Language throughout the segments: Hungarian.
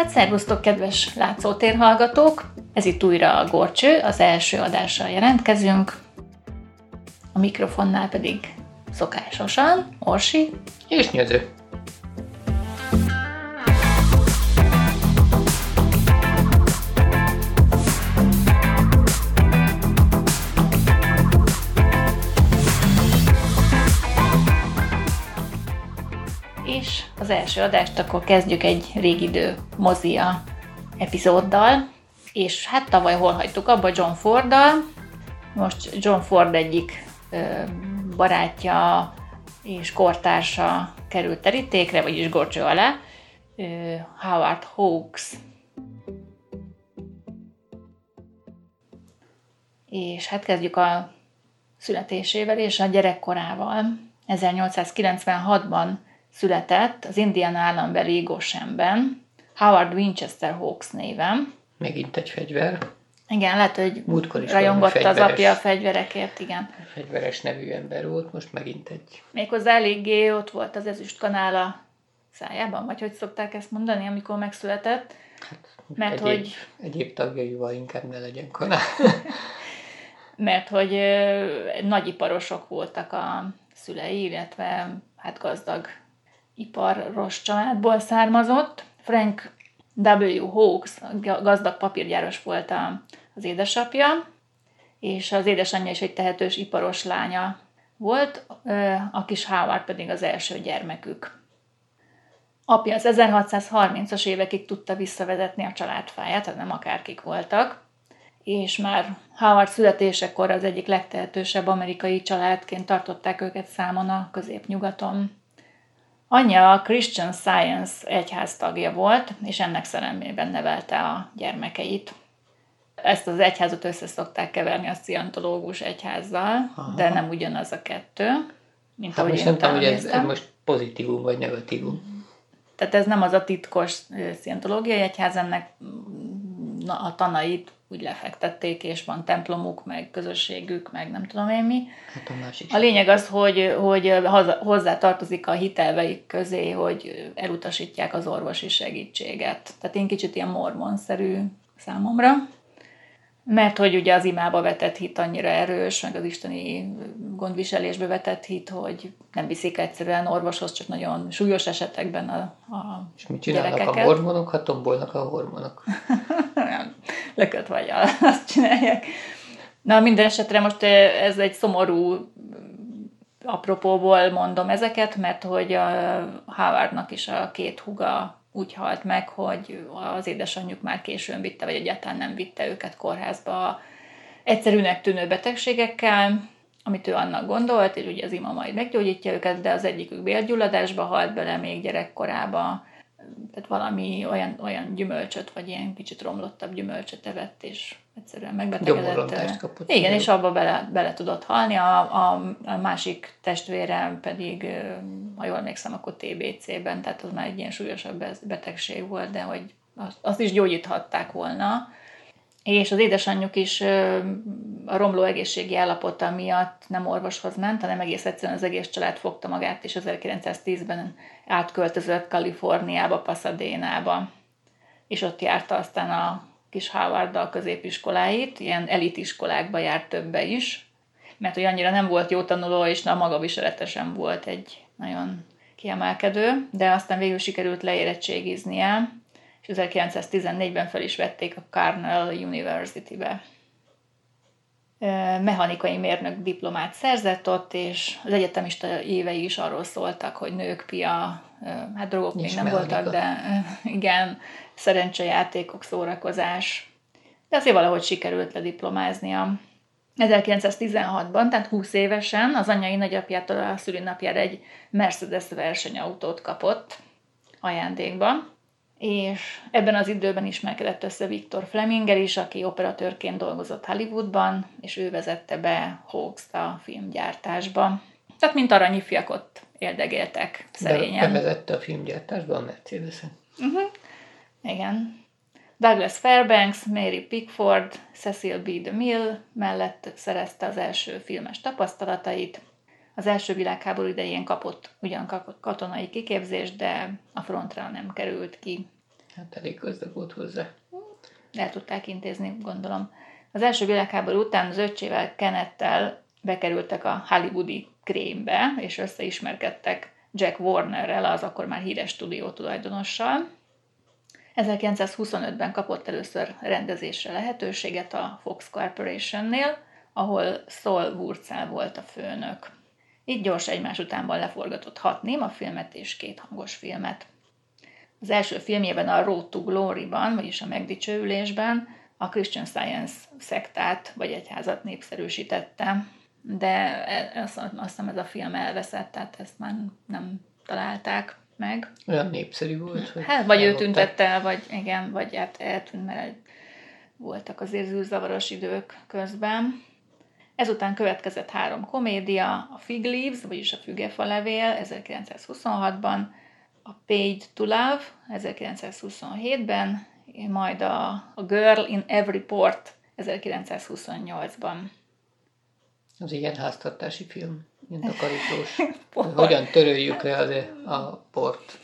Hát szervusztok, kedves látszótérhallgatók! Ez itt újra a Górcső, az első adással jelentkezünk. A mikrofonnál pedig szokásosan Orsi és Nyöző. És az első adást akkor kezdjük egy régidő mozia epizóddal, és hát tavaly hol hagytuk abba John Forddal. Most John Ford egyik barátja és kortársa került terítékre, vagyis górcső alá, Howard Hawks. És hát kezdjük a születésével és a gyerekkorával. 1896-ban született az Indiana állambeli Goshenben, Howard Winchester Hawks néven. Megint egy fegyver. Igen, lehet, hogy rajongott az apja a fegyverekért, igen. Fegyveres nevű ember volt, most megint egy. Méghozzá eléggé ott volt az ezüstkanál a szájában, vagy hogy szokták ezt mondani, amikor megszületett? Hát, mert egyéb tagjaival inkább ne legyen kanál. Mert hogy nagyiparosok voltak a szülei, illetve hát gazdag iparos családból származott. Frank W. Hawks gazdag papírgyáros volt az édesapja, és az édesanyja is egy tehetős iparos lánya volt, a kis Howard pedig az első gyermekük. Apja az 1630-as évekig tudta visszavezetni a családfáját, tehát nem akárkik voltak, és már Howard születésekor az egyik legtehetősebb amerikai családként tartották őket számon a középnyugaton. Anyja a Christian Science egyház tagja volt, és ennek szellemében nevelte a gyermekeit. Ezt az egyházat össze szokták keverni a szientológus egyházzal, de nem ugyanaz a kettő, mint ahogy most én nem tudom, hogy néztem. ez most pozitívum vagy negatívum. Tehát ez nem az a titkos szientológiai egyház, ennek a tanait úgy lefektették, és van templomuk, meg közösségük, meg nem tudom én mi. Hát a másik. A lényeg az, hogy hozzá tartozik a hitelveik közé, hogy elutasítják az orvosi segítséget. Tehát én kicsit ilyen mormonszerű számomra. Mert hogy ugye az imába vetett hit annyira erős, meg az isteni gondviselésbe vetett hit, hogy nem viszik egyszerűen orvoshoz, csak nagyon súlyos esetekben a és mit csinálnak gyerekeket. A mormonok? Hát tombolnak a hormonok. Lökött vagy, azt csinálják. Na, minden esetre most ez egy szomorú apropóból mondom ezeket, mert hogy a Howardnak is a két húga úgy halt meg, hogy az édesanyjuk már későn vitte, vagy egyáltalán nem vitte őket kórházba egyszerűnek tűnő betegségekkel, amit ő annak gondolt, és ugye az ima majd meggyógyítja őket, de az egyikük bélgyulladásba halt bele még gyerekkorába, tehát valami olyan gyümölcsöt, vagy ilyen kicsit romlottabb gyümölcsöt evett, és egyszerűen megbetegedett. Gyomorrontást kapott. Igen, és abba bele tudott halni, a másik testvére pedig, ha jól emlékszem, akkor TBC-ben, tehát az már egy ilyen súlyosabb betegség volt, de hogy azt is gyógyíthatták volna. És az édesanyjuk is a romló egészségi állapota miatt nem orvoshoz ment, hanem egész egyszerűen az egész család fogta magát, és 1910-ben átköltözött Kaliforniába, Pasadenába. És ott járta aztán a kis Howarddal középiskoláit, ilyen elitiskolákba járt többe is, mert hogy annyira nem volt jó tanuló, és a maga viselete sem volt egy nagyon kiemelkedő, de aztán végül sikerült leérettségiznie, és 1914-ben fel is vették a Cornell University-be. Mechanikai mérnök diplomát szerzett ott, és az egyetemista évei is arról szóltak, hogy nők, pia, hát drogok még nem voltak, de igen, szerencsejátékok, szórakozás. De azért valahogy sikerült lediplomáznia. 1916-ban, tehát 20 évesen az anyai nagyapjától a szülinapjára egy Mercedes versenyautót kapott ajándékba, és ebben az időben ismerkedett össze Victor Fleminggel is, aki operatőrként dolgozott Hollywoodban, és ő vezette be Hawkst a filmgyártásba. Tehát mint aranyi fiak ott éldegéltek szerényen. Bevezette a filmgyártásba a Mercedes-en. Igen. Douglas Fairbanks, Mary Pickford, Cecil B. DeMille mellett szerezte az első filmes tapasztalatait. Az első világháború idején kapott ugyan katonai kiképzést, de a frontra nem került ki. Hát elég gazdag volt hozzá. El tudták intézni, gondolom. Az első világháború után az öccsével, Kennettel bekerültek a hollywoodi krémbe, és összeismerkedtek Jack Warnerrel, az akkor már híres stúdió tulajdonossal. 1925-ben kapott először rendezésre lehetőséget a Fox Corporationnél, ahol Saul Wurzel volt a főnök. Így gyors egymás utánban leforgatott 6 némafilmet és 2 hangos filmet. Az első filmjében, a Road to Glory-ban, vagyis a Megdicsőülésben a Christian Science szektát vagy egyházat népszerűsítette, de azt hiszem ez a film elveszett, tehát ezt már nem találták meg. Olyan népszerű volt, hogy... Hát, vagy ő tüntette el, vagy igen, vagy hát eltűnt, mert voltak azért zűrzavaros idők közben. Ezután következett 3 komédia, a Fig Leaves, vagyis a Fügefalevél 1926-ban, a Paid to Love 1927-ben, majd a Girl in Every Port 1928-ban. Az ilyen háztartási film, ilyen takarítós. Hogyan töröljük le a port?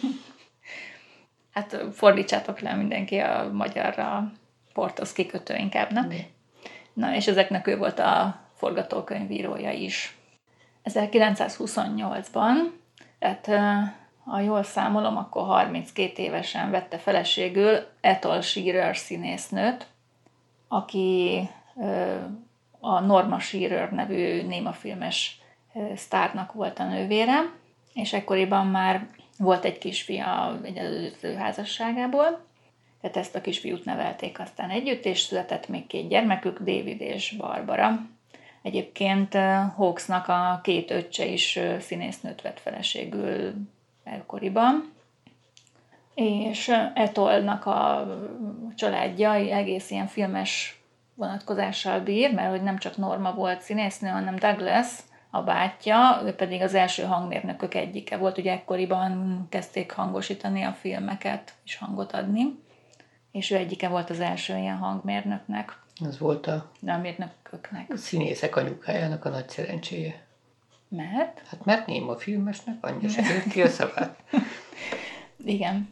Hát fordítsátok le mindenki a magyarra, portosz kikötő inkább, nem? Na, és ezeknek ő volt a forgatókönyvírója is. 1928-ban, tehát ha jól számolom, akkor 32 évesen vette feleségül Ethel Shearer színésznőt, aki a Norma Shearer nevű némafilmes sztárnak volt a nővére, és ekkoriban már volt egy kisfia egy előző házasságából, tehát ezt a kisfiút nevelték aztán együtt, és született még 2 gyermekük, David és Barbara. Egyébként Hawkesnak a 2 öccse is színésznőt vett feleségül ekkoriban, és Ethelnek a családja egész ilyen filmes vonatkozással bír, mert hogy nem csak Norma volt színésznő, hanem Douglas, a bátyja, ő pedig az első hangmérnökök egyike volt, ugye ekkoriban kezdték hangosítani a filmeket és hangot adni, és ő egyike volt az első ilyen hangmérnöknek. Ez volt a mérnököknek. Színészek anyukájának a nagy szerencséje. Mert? Hát mert néma filmesnek anyja se jött ki a szavát. Igen.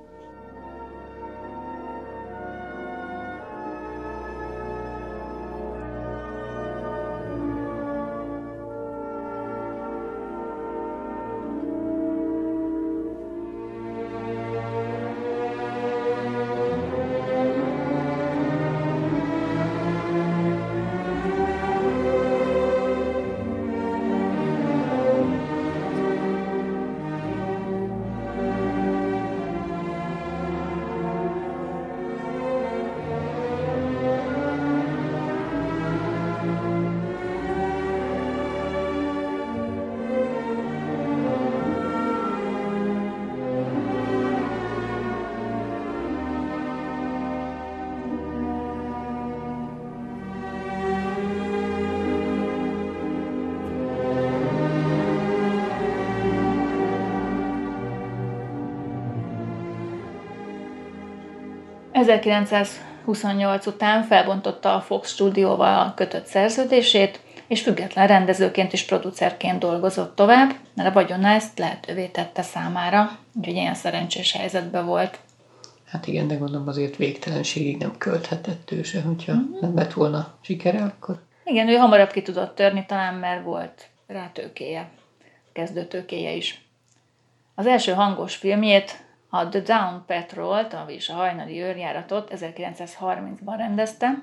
...1928 után felbontotta a Fox stúdióval kötött szerződését, és független rendezőként és producerként dolgozott tovább, mert a vagyona ezt lehetővé tette számára, úgyhogy ilyen szerencsés helyzetben volt. Hát igen, de gondolom azért végtelenségig nem költhetett ő se, hogyha nem lett volna sikere, akkor... Igen, ő hamarabb ki tudott törni, talán mert volt rá tőkéje, kezdőtőkéje is. Az első hangos filmjét, a The Down Patrol-t, vagyis a hajnali őrjáratot 1930-ban rendezte.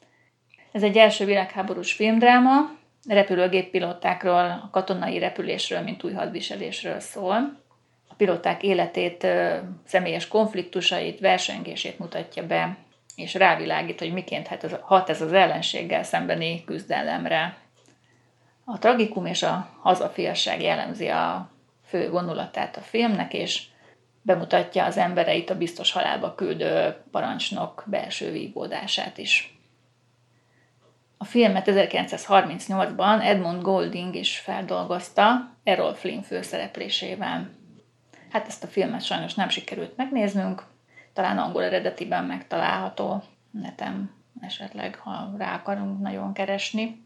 Ez egy első világháborús filmdráma, repülőgéppilótákról, a katonai repülésről, mint új hadviselésről szól. A pilóták életét, személyes konfliktusait, versengését mutatja be, és rávilágít, hogy miként hat ez az ellenséggel szembeni küzdelemre. A tragikum és a hazafiasság jellemzi a fő vonulatát a filmnek, és bemutatja az embereit a biztos halálba küldő parancsnok belső vívódását is. A filmet 1938-ban Edmund Goulding is feldolgozta Errol Flynn főszereplésével. Hát ezt a filmet sajnos nem sikerült megnéznünk, talán angol eredetiben megtalálható neten esetleg, ha rá akarunk nagyon keresni.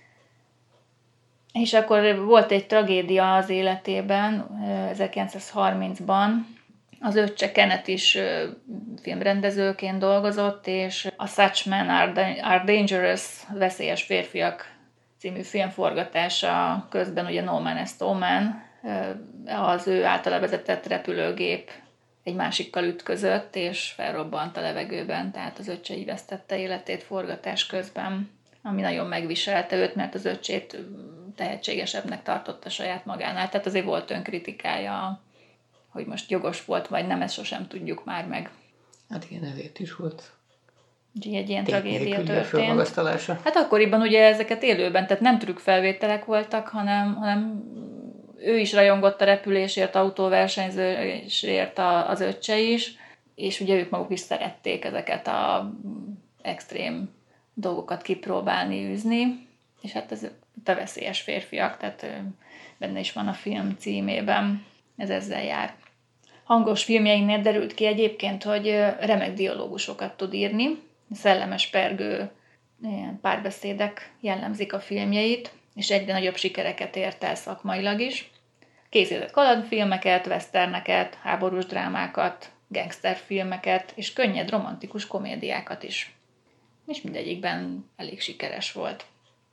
És akkor volt egy tragédia az életében 1930-ban, Az öccse Kenneth is filmrendezőként dolgozott, és a Such Men Are Dangerous, Veszélyes férfiak című film forgatása közben ugye No Man is No Man, az ő általa vezetett repülőgép egy másikkal ütközött, és felrobbant a levegőben, tehát az öccse így vesztette életét forgatás közben, ami nagyon megviselte őt, mert az öccsét tehetségesebbnek tartotta saját magánál, tehát azért volt önkritikája, hogy most jogos volt, vagy nem, ezt sosem tudjuk már meg. Hát igen, ezért is volt. Egy ilyen tragédia történt. Hát akkoriban ugye ezeket élőben, tehát nem trükkfelvételek voltak, hanem ő is rajongott a repülésért, autóversenyzésért, az öccse is, és ugye ők maguk is szerették ezeket az extrém dolgokat kipróbálni, űzni, és hát ez a Veszélyes férfiak, tehát benne is van a film címében, ez ezzel jár. Hangos filmjeinél derült ki egyébként, hogy remek dialógusokat tud írni, szellemes, pergő párbeszédek jellemzik a filmjeit, és egyre nagyobb sikereket ért el szakmailag is. Készített kalandfilmeket, westerneket, háborús drámákat, gangsterfilmeket, és könnyed romantikus komédiákat is. És mindegyikben elég sikeres volt.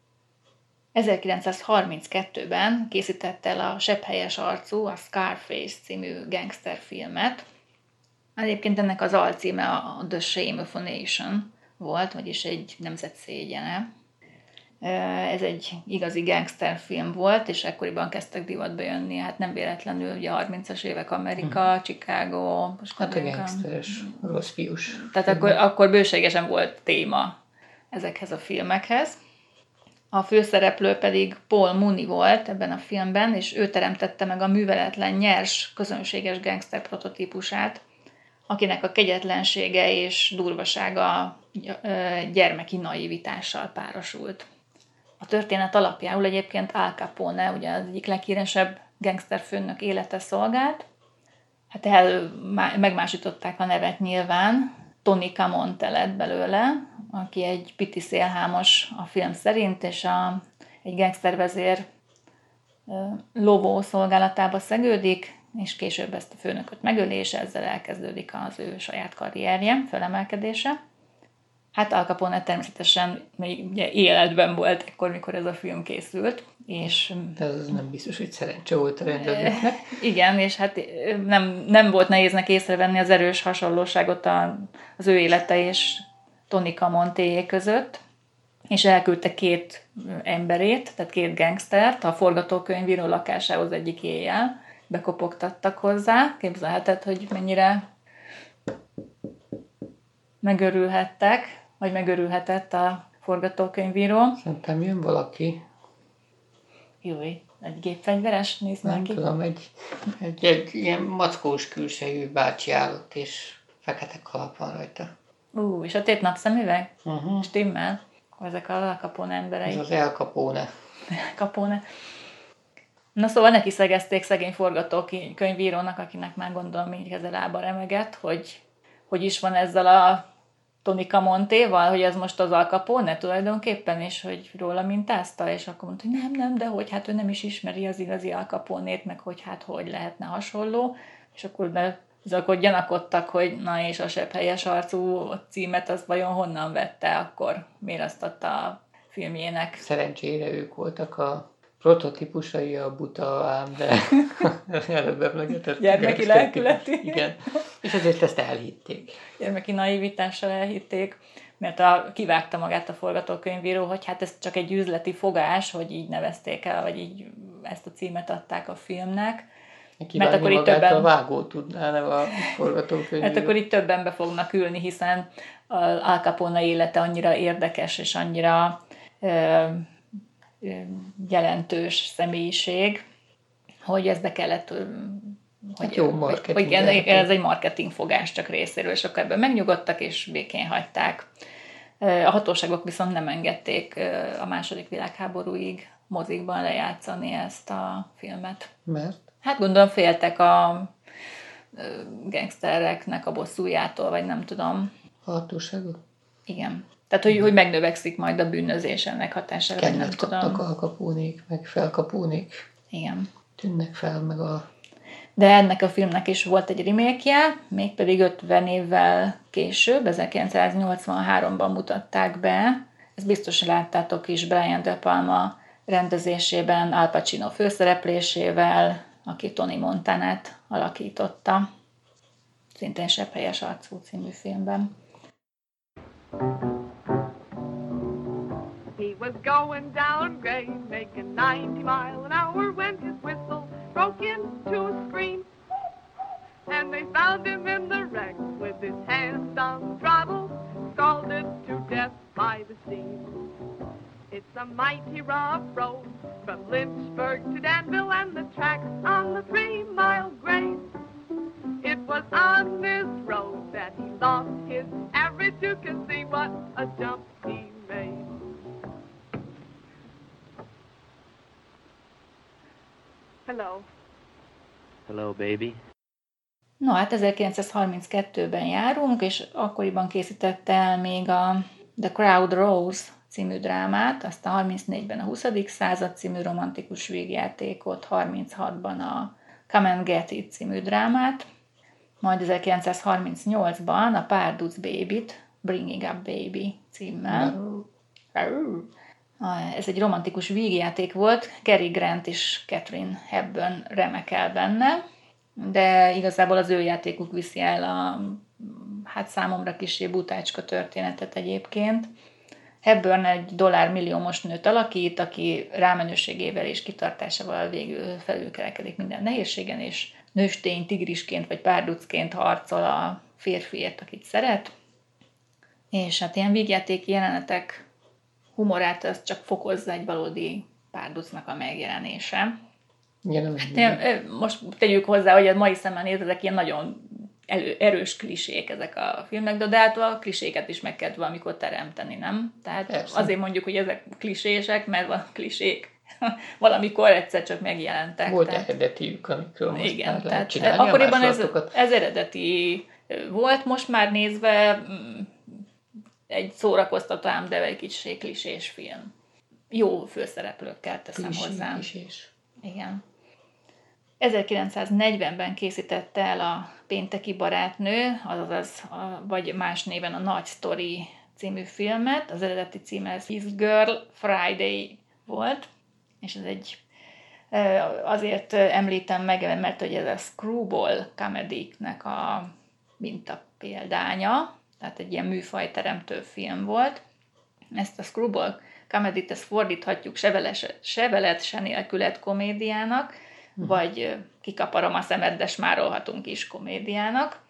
1932-ben készített el a sebhelyes arcú, a Scarface című gangsterfilmet. Egyébként ennek az alcíme a The Shame of a Nation volt, vagyis egy nemzet szégyene. Ez egy igazi gangsterfilm volt, és ekkoriban kezdtek divatba jönni, hát nem véletlenül, ugye a 30-as évek Amerika, Chicago. Hát a gangsteres, rossz fiús. Tehát akkor bőségesen volt téma ezekhez a filmekhez. A főszereplő pedig Paul Mooney volt ebben a filmben, és ő teremtette meg a műveletlen, nyers, közönséges gangster prototípusát, akinek a kegyetlensége és durvasága gyermeki naivitással párosult. A történet alapjául egyébként Al Capone, ugye az egyik leghíresebb gangsterfőnök élete szolgált. Hát megmásították a nevet nyilván, Tony Camonte lett belőle, aki egy piti szélhámos a film szerint, és egy gangstervezér lovó szolgálatába szegődik, és később ezt a főnököt megöli, és ezzel elkezdődik az ő saját karrierje, felemelkedése. Hát Al Capone természetesen még ugye életben volt ekkor, mikor ez a film készült. És de ez nem biztos, hogy szerencse volt a rendezőknek. Igen, és hát nem volt nehéznek észrevenni az erős hasonlóságot az ő élete és Tony Camontéjé között, és elküldte 2 emberét, tehát 2 gangstert a forgatókönyvíró lakásához egyik éjjel. Bekopogtattak hozzá, képzelheted, hogy mennyire megörülhettek, vagy megörülhetett a forgatókönyvíró. Szerintem jön valaki. Júj, egy gépfegyveres, nézd neki. Nem tudom, egy ilyen mackós külsejű bácsi állott, és fekete kalap van rajta. És a tét napszemüveg? Stimmel? Ezek a Al Capone emberei. Ez az El Capone. Capone. Na szóval neki szegezték szegény forgatókönyvírónak, akinek már gondolom így ez a lába remegett, hogy is van ezzel a Tony Camontéval, hogy ez most az Al Capone tulajdonképpen, és hogy róla mintázta, és akkor mondta, hogy nem, de hogy hát ő nem is ismeri az igazi Al Caponét, meg hogy lehetne hasonló, és akkor gyanakodtak, hogy na és a sebhelyes arcú címet az vajon honnan vette, akkor miért azt adta a filmjének. Szerencsére ők voltak a prototípusai a buta ám, de előbb emlegetett. Gyermeki lelkületű. Igen, és ezért ezt elhitték. Gyermeki naivitással elhitték, mert kivágta magát a forgatókönyvíró, hogy hát ez csak egy üzleti fogás, hogy így nevezték el, vagy így ezt a címet adták a filmnek. Mert akkor itt többen a vágó tudná, nem a forgatókönyvíró. Mert akkor itt többen be fognak ülni, hiszen Al Capone élete annyira érdekes, és annyira jelentős személyiség, hogy ezt be kellett, hát jó marketing. Igen, ez egy marketingfogás csak részéről, és akkor ebben megnyugodtak, és békén hagyták. A hatóságok viszont nem engedték a II. Világháborúig mozikban lejátszani ezt a filmet. Mert? Hát gondolom féltek a gangstereknek a bosszújától, vagy nem tudom. A hatóságok? Igen. Tehát, hogy megnövekszik majd a bűnözés ennek hatására, vagy nem tudom. Kennet kapnak Al Caponék, meg felkapónék. Igen. Tűnnek fel, meg a De ennek a filmnek is volt egy remake-je, mégpedig 50 évvel később, 1983-ban mutatták be. Ezt biztos láttátok is Brian De Palma rendezésében, Al Pacino főszereplésével, aki Tony Montanát alakította. Szintén Sepphelyes arcú című filmben. He was going down grade, making 90 miles an hour when his whistle broke into a scream. And they found him in the wreck with his hands on the throttle, scalded to death by the steam. It's a mighty rough road from Lynchburg to Danville, and the track's on the 3-mile grade. It was on this road that he lost his average. You can see what a jump he made. Hello. Hello, baby. No, hát 1932-ben járunk, és akkoriban készítette el még a The Crowd Rose című drámát, aztán 34-ben a 20. század című romantikus vígjátékot, 36-ban a Come and Get It című drámát, majd 1938-ban a Párduc Baby-t, Bringing Up Baby címmel. Ez egy romantikus vígjáték volt, Cary Grant és Katharine Hepburn remekel benne, de igazából az ő játékuk viszi el a hát számomra kissé butácska történetet egyébként. Hepburn egy dollármilliómos nőt alakít, aki rámenőségével és kitartásával végül felülkerekedik minden nehézségen, és nőstény, tigrisként vagy párducként harcol a férfiért, akit szeret. És hát ilyen vígjátéki jelenetek humorát az csak fokozza egy valódi párducnak a megjelenése. Hát most tegyük hozzá, hogy a mai szemmel nézve ezek ilyen nagyon erős klisék ezek a filmek, de hát a kliséket is meg kell valamikor teremteni, nem? Tehát persze. Azért mondjuk, hogy ezek klisések, mert a klisék valamikor egyszer csak megjelentek. Volt eredetiük, amikről most igen, lehet csinálni akkoriban ez eredeti volt, most már nézve egy szórakoztató, ám de egy kicsi klisés film. Jó főszereplőkkel teszem hozzá. Klisés. Igen. 1940-ben készítette el a Pénteki barátnő, azaz vagy más néven a Nagy Sztori című filmet. Az eredeti címe His Girl Friday volt, és ez egy azért említem meg, mert hogy ez a Screwball comedy-nek a mintapéldánya, tehát egy ilyen műfajteremtő film volt. Ezt a Screwball comedy-t ezt fordíthatjuk sevelet se nélkület komédiának, vagy kikaparom a szemed, de smárolhatunk is komédiának.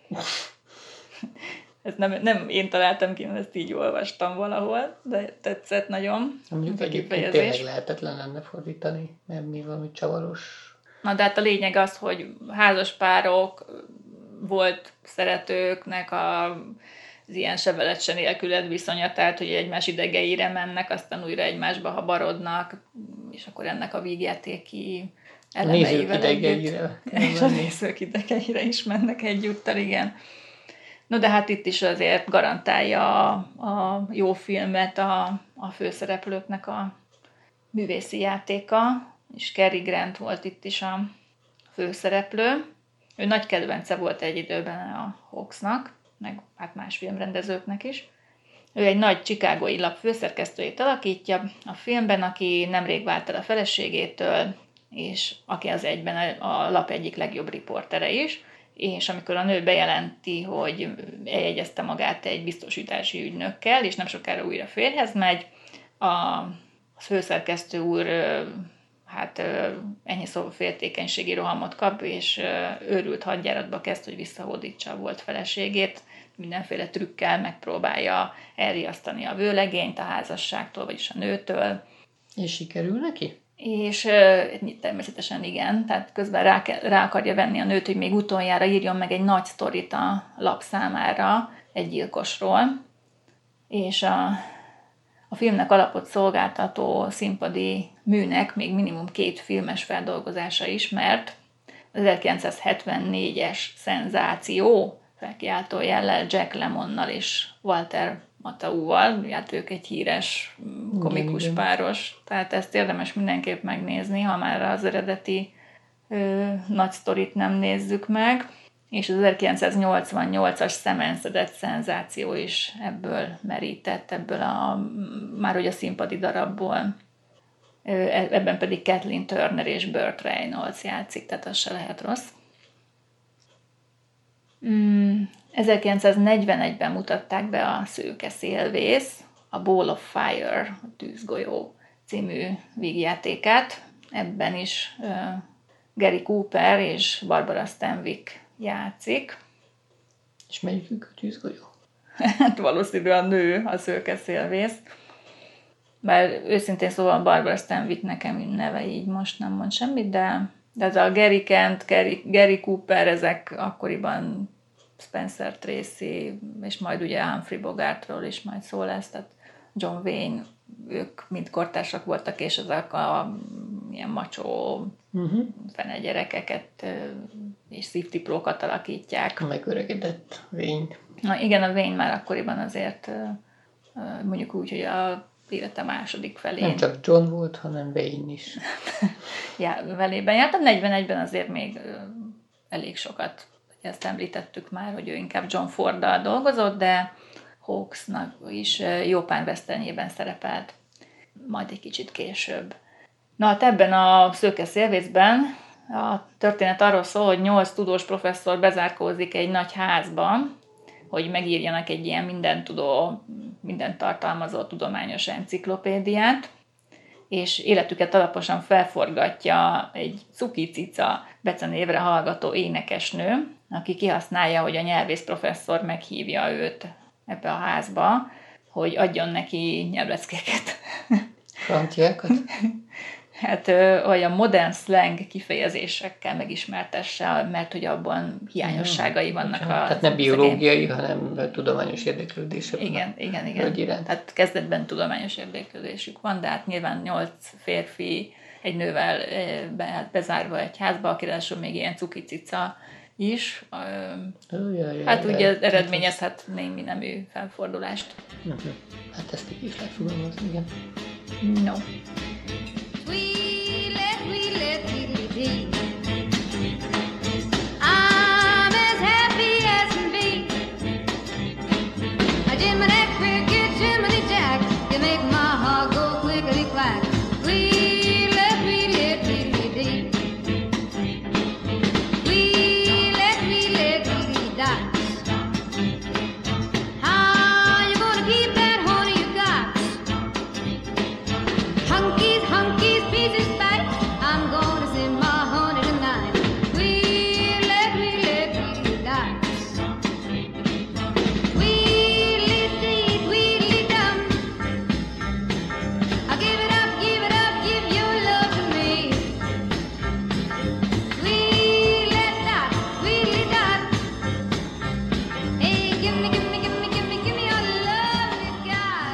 Ezt nem én találtam ki, ezt így olvastam valahol, de tetszett nagyon. Mondjuk egyébként tényleg lehetetlen lenne fordítani, mert mi valami csavaros. Na de hát a lényeg az, hogy házaspárok, volt szeretőknek az ilyen sevelet se nélkület viszonya, tehát hogy egymás idegeire mennek, aztán újra egymásba habarodnak, és akkor ennek a vígjátéki elemeivel együtt. És a nézők idegeire is mennek egyúttal, igen. No, de hát itt is azért garantálja a jó filmet a főszereplőknek a művészi játéka, és Cary Grant volt itt is a főszereplő. Ő nagy kedvence volt egy időben a Hawksnak, meg hát más filmrendezőknek is. Ő egy nagy chicagói lap főszerkesztőjét alakítja a filmben, aki nemrég vált el a feleségétől, és aki az egyben a lap egyik legjobb riportere is, és amikor a nő bejelenti, hogy eljegyezte magát egy biztosítási ügynökkel, és nem sokára újra férjhez megy, a főszerkesztő úr ennyi szóval féltékenységi rohamot kap, és őrült hadjáratba kezd, hogy visszahódítsa a volt feleségét, mindenféle trükkel megpróbálja elriasztani a vőlegényt a házasságtól, vagyis a nőtől. És sikerül neki? És természetesen igen, tehát közben rá akarja venni a nőt, hogy még utoljára írjon meg egy nagy sztorit a lap számára egy gyilkosról, és a filmnek alapot szolgáltató színpadi műnek még minimum 2 filmes feldolgozása is, mert az 1974-es szenzáció felkiáltó jellel Jack Lemmonnal és Walter Matthauval, hát ők egy híres komikus páros, tehát ezt érdemes mindenképp megnézni, ha már az eredeti nagy sztorit nem nézzük meg, és az 1988-as szemenszedett szenzáció is ebből merített, ebből már hogy a színpadi darabból. Ebben pedig Kathleen Turner és Burt Reynolds játszik, tehát az se lehet rossz. 1941-ben mutatták be a Szőke szélvész, a Ball of Fire, a Tűzgolyó című vígjátékát. Ebben is Gary Cooper és Barbara Stanwyck játszik. És melyikük a Tűzgolyó? Hát valószínűleg a nő, a Szőke szélvész. Bár őszintén szóval Barbara Stanwyck nekem neve így most nem mond semmit, de ez a Gary Kent, Gary Cooper, ezek akkoriban Spencer Tracy, és majd ugye Humphrey Bogartról is majd szó lesz, tehát John Wayne, ők mind kortársak voltak, és ezek a ilyen macsó fene gyerekeket és szívtiplókat alakítják. A megöregedett Wayne. Na igen, a Wayne már akkoriban azért mondjuk úgy, hogy a élete második felén. Nem csak John volt, hanem Wayne is. Velében jártam. 41-ben azért még elég sokat, ezt említettük már, hogy ő inkább John Forddal dolgozott, de Hawksnak is jó pár westernjében szerepelt, majd egy kicsit később. Na hát ebben a Szőke szélvészben a történet arról szól, hogy 8 tudós professzor bezárkózik egy nagy házban, hogy megírjanak egy ilyen mindent tartalmazó tudományos enciklopédiát, és életüket alaposan felforgatja egy Cuki Cica becenévre hallgató énekesnő, aki kihasználja, hogy a nyelvész professzor meghívja őt ebbe a házba, hogy adjon neki nyelvleckéket. Franciákat? Hát, vagy a modern slang kifejezésekkel megismertesse, mert hogy abban hiányosságai vannak. Tehát nem biológiai, hanem tudományos érdeklődése. Igen. Tehát kezdetben tudományos érdeklődésük van, de hát nyilván 8 férfi egy nővel bezárva egy házba, aki ráadásul még ilyen cukicica is. Hát ugye eredményezhet némi nemű felfordulást. Hát ezt így is lehet fogalmazni, igen. No. I'm as happy as can be. I did my neck cricket, Jiminy Jack. You make my heart go clickety clack. How you gonna keep that honey you got? Hunkies, pieces back. I'm gonna send my honey tonight. Tweedledee dice. Tweedledee dum. I give it up, give your love to me. Tweedledee dot. Hey, give me all the love you got.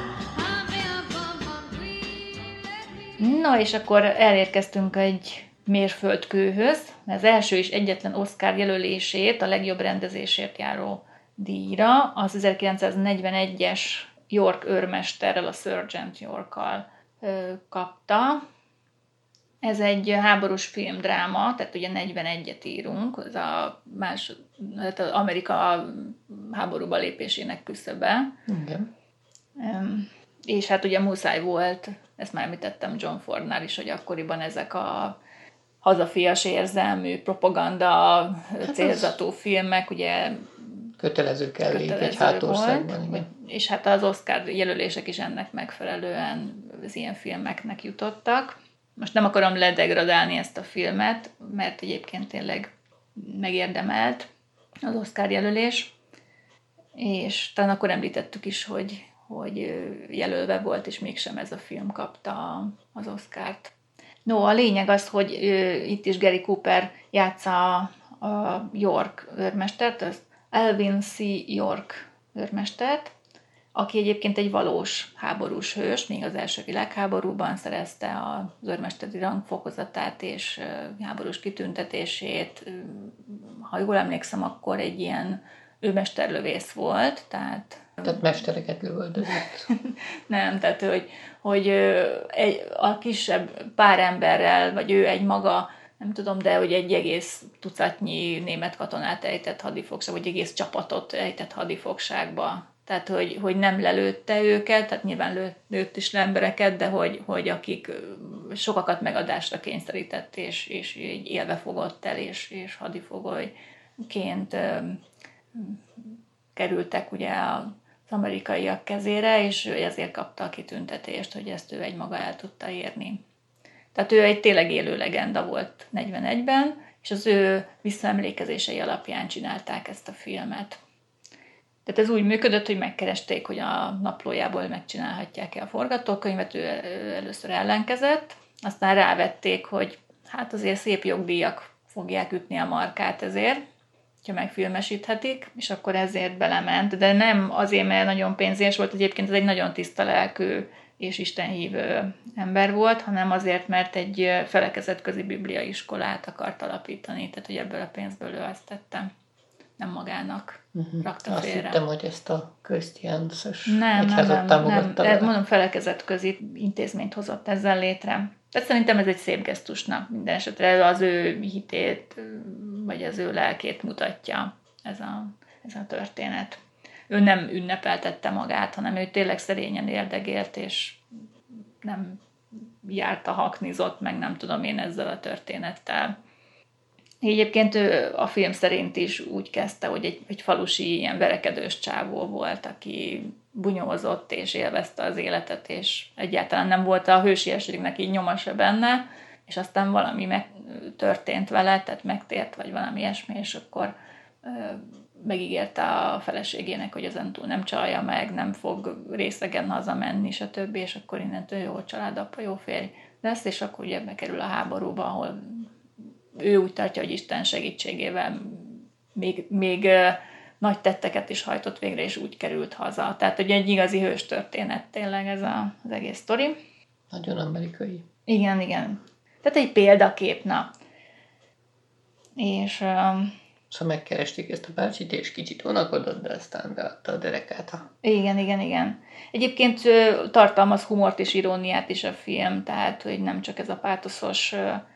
No, és akkor elérkeztünk egy mérföldkőhöz. Az első és egyetlen Oscar jelölését a legjobb rendezésért járó díjra az 1941-es York őrmesterrel, a Sergeant Yorkkal kapta. Ez egy háborús filmdráma, tehát ugye 41-et írunk, ez hát az Amerika háborúba lépésének küszöbe. Igen. És hát ugye muszáj volt, ezt már említettem John Fordnál is, hogy akkoriban ezek a hazafias érzelmű, propaganda célzatú filmek, ugye kötelező kell egy hátországban. Igen. És hát az Oscar jelölések is ennek megfelelően az ilyen filmeknek jutottak. Most nem akarom ledegradálni ezt a filmet, mert egyébként tényleg megérdemelt az Oscar jelölés, és talán akkor említettük is, hogy jelölve volt, és mégsem ez a film kapta az Oscart. No, a lényeg az, hogy itt is Gary Cooper játsza a York őrmestert, az Alvin C. York őrmestert, aki egyébként egy valós háborús hős, még az első világháborúban szerezte az őrmesteri rangfokozatát és háborús kitüntetését. Ha jól emlékszem, akkor egy ilyen őmesterlövész volt, tehát mestereket lövöldözött. Nem, tehát hogy a kisebb pár emberrel, vagy ő egy maga nem tudom, de hogy egy egész tucatnyi német katonát ejtett hadifogságba, vagy egész csapatot ejtett hadifogságba. Tehát, hogy nem lelőtte őket, tehát nyilván lőtt is le embereket, de hogy akik sokakat megadásra kényszerített, és így élve fogott el, és hadifogolyként kerültek ugye az amerikaiak kezére, és ő ezért kapta a kitüntetést, hogy ezt ő egymaga el tudta érni. Tehát ő egy tényleg élő legenda volt 41-ben, és az ő visszaemlékezései alapján csinálták ezt a filmet. Tehát ez úgy működött, hogy megkeresték, hogy a naplójából megcsinálhatják-e a forgatókönyvet, ő először ellenkezett, aztán rávették, hogy hát azért szép jogdíjak fogják ütni a markát ezért, ha megfilmesíthetik, és akkor ezért belement, de nem azért, mert nagyon pénzés volt, egyébként ez egy nagyon tiszta lelkű és istenhívő ember volt, hanem azért, mert egy felekezetközi bibliaiskolát akart alapítani, tehát hogy ebből a pénzből ő azt tette, nem magának rakta félre. Azt hittem, hogy ezt a Christiansos nem, egyházat támogatta. Nem, mondom, felekezetközi intézményt hozott ezzel létre. Tehát szerintem ez egy szép gesztusnak minden esetre az ő hitét, vagy az ő lelkét mutatja ez a történet. Ő nem ünnepeltette magát, hanem ő tényleg szerényen érdegélt, és nem járta, haknizott, meg nem tudom én ezzel a történettel. Egyébként ő a film szerint is úgy kezdte, hogy egy falusi ilyen verekedős csávó volt, aki bunyózott és élvezte az életet, és egyáltalán nem volt a hősiességnek így nyoma se benne, és aztán valami történt vele, tehát megtért, vagy valami ilyesmi, és akkor megígérte a feleségének, hogy ezentúl nem csalja meg, nem fog részegen hazamenni, stb., és akkor innentől jó családapa, jó férj lesz, és akkor ugye bekerül a háborúba, ahol ő úgy tartja, hogy Isten segítségével még nagy tetteket is hajtott végre, és úgy került haza. Tehát, hogy egy igazi hős történet tényleg ez az egész sztori. Nagyon amerikai. Igen, igen. Tehát egy példakép, na. És... Szóval megkeresték ezt a bácsit, és kicsit vonakodott, de aztán beadta a derekát. Igen. Egyébként tartalmaz humort és iróniát is a film, tehát, hogy nem csak ez a pátoszos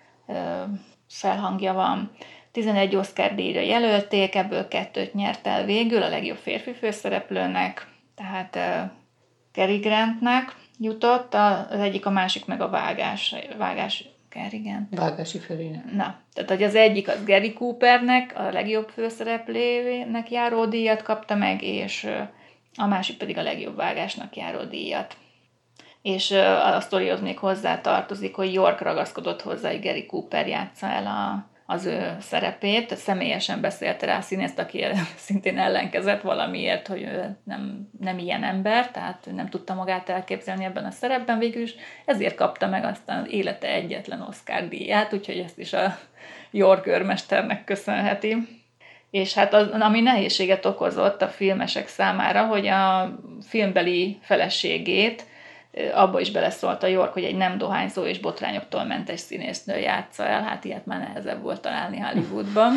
felhangja van. 11 Oscar-díjra jelölték, ebből 2 nyert el végül, a legjobb férfi főszereplőnek, tehát Cary Grantnek jutott, az egyik, a másik meg a vágás Cary Grant. Vágási Ferének. Na, tehát hogy az egyik az Gary Coopernek, a legjobb főszereplőnek járó díjat kapta meg, és a másik pedig a legjobb vágásnak járó díjat. És a sztorihoz még hozzá tartozik, hogy York ragaszkodott hozzá, hogy Gary Cooper játsza el az ő szerepét, tehát személyesen beszélte rá a színészt, aki szintén ellenkezett valamiért, hogy ő nem ilyen ember, tehát ő nem tudta magát elképzelni ebben a szerepben végül is, ezért kapta meg aztán élete egyetlen Oscar díját, úgyhogy ezt is a York őrmesternek köszönheti. És hát ami nehézséget okozott a filmesek számára, hogy a filmbeli feleségét abba is beleszólt a York, hogy egy nem dohányzó és botrányoktól mentes színésznő játsza el, hát ilyet már nehezebb volt találni Hollywoodban.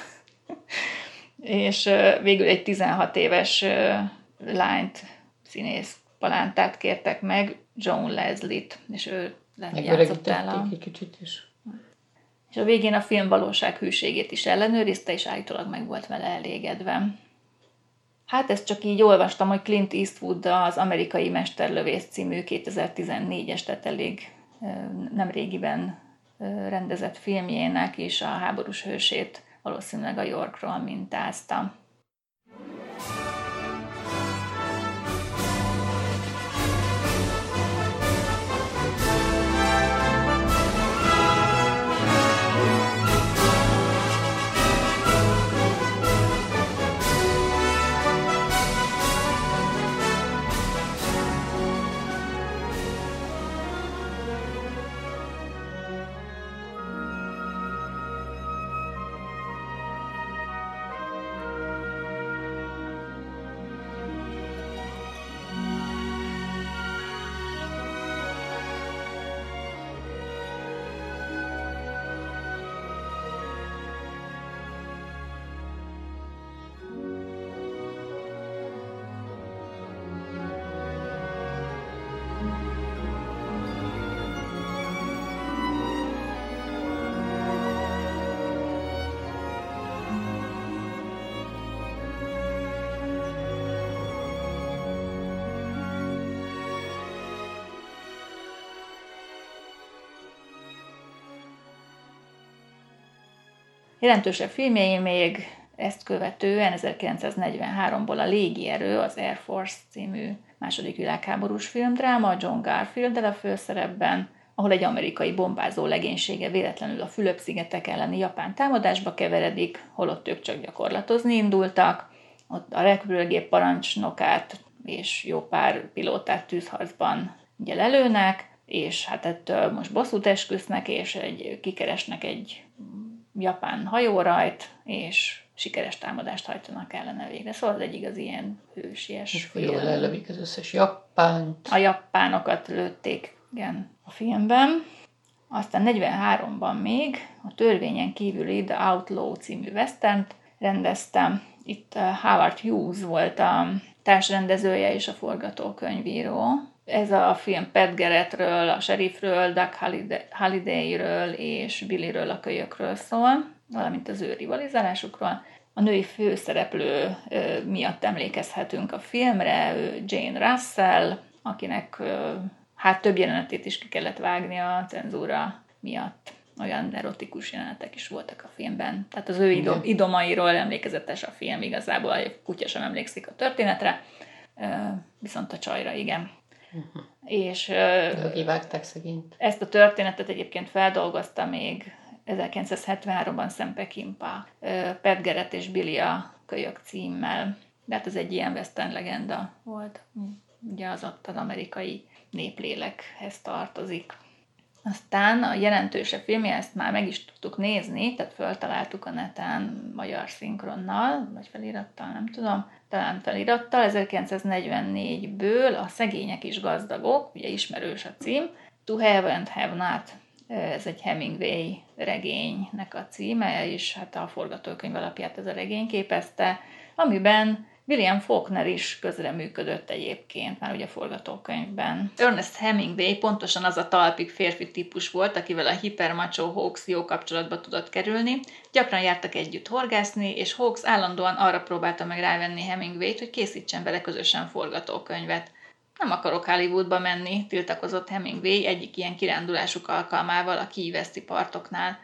És végül egy 16 éves lányt, színész palántát kértek meg, John Leslie-t, és ő játszott el egy kicsit is. És a végén a film valóság hűségét is ellenőrizte, és állítólag meg volt vele elégedve. Hát ezt csak így olvastam, hogy Clint Eastwood az Amerikai Mesterlövész című 2014-es, tehát elég nemrégiben rendezett filmjének is a háborús hősét valószínűleg a Yorkról mintázta. Jelentősebb filmjei még ezt követően 1943-ból a Légierő, az Air Force című második világháborús filmdráma, John Garfield-del a főszerepben, ahol egy amerikai bombázó legénysége véletlenül a Fülöp-szigetek elleni japán támadásba keveredik, holott ők csak gyakorlatozni indultak. Ott a repülőgép parancsnokát és jó pár pilótát tűzharcban ugye lelőnek, és hát ettől most bosszút esküsznek, és kikeresnek egy japán hajórajt, és sikeres támadást hajtanak ellene végre. Szóval ez egy igaz ilyen hősies film. Jól lelövik az összes japánt. A japánokat lőtték, igen, a filmben. Aztán 43-ban még a Törvényen kívüli The Outlaw című westernt rendeztem. Itt Howard Hughes volt a társrendezője és a forgatókönyvíró. Ez a film Pat Garrettről, a sheriffről, Doug Hallidayről és Billyről, a kölyökről szól, valamint az ő rivalizálásukról. A női főszereplő miatt emlékezhetünk a filmre, Jane Russell, akinek hát több jelenetét is ki kellett vágni a cenzúra miatt. Olyan erotikus jelenetek is voltak a filmben. Tehát az ő idomairól emlékezetes a film, igazából a kutya sem emlékszik a történetre, viszont a csajra igen. És kivágták szegényt. Ezt a történetet egyébként feldolgozta még 1973-ban Sam Peckinpah, Pat Garrett és Billy a kölyök címmel. De hát ez egy ilyen western legenda volt. Ugye az ott az amerikai néplélekhez tartozik. Aztán a jelentősebb filmje, ezt már meg is tudtuk nézni, tehát föltaláltuk a neten magyar szinkronnal, vagy felirattal, nem tudom, talán felirattal, 1944-ből a Szegények és gazdagok, ugye ismerős a cím, To Have and Have Not, ez egy Hemingway regénynek a címe, és hát a forgatókönyv alapját ez a regény képezte, amiben William Faulkner is közreműködött egyébként, már ugye a forgatókönyvben. Ernest Hemingway pontosan az a talpig férfi típus volt, akivel a hipermacho Hawkes jó kapcsolatba tudott kerülni. Gyakran jártak együtt horgászni, és Hawkes állandóan arra próbálta meg rávenni Hemingwayt, hogy készítsen vele közösen forgatókönyvet. Nem akarok Hollywoodba menni, tiltakozott Hemingway egyik ilyen kirándulásuk alkalmával a Key Westi partoknál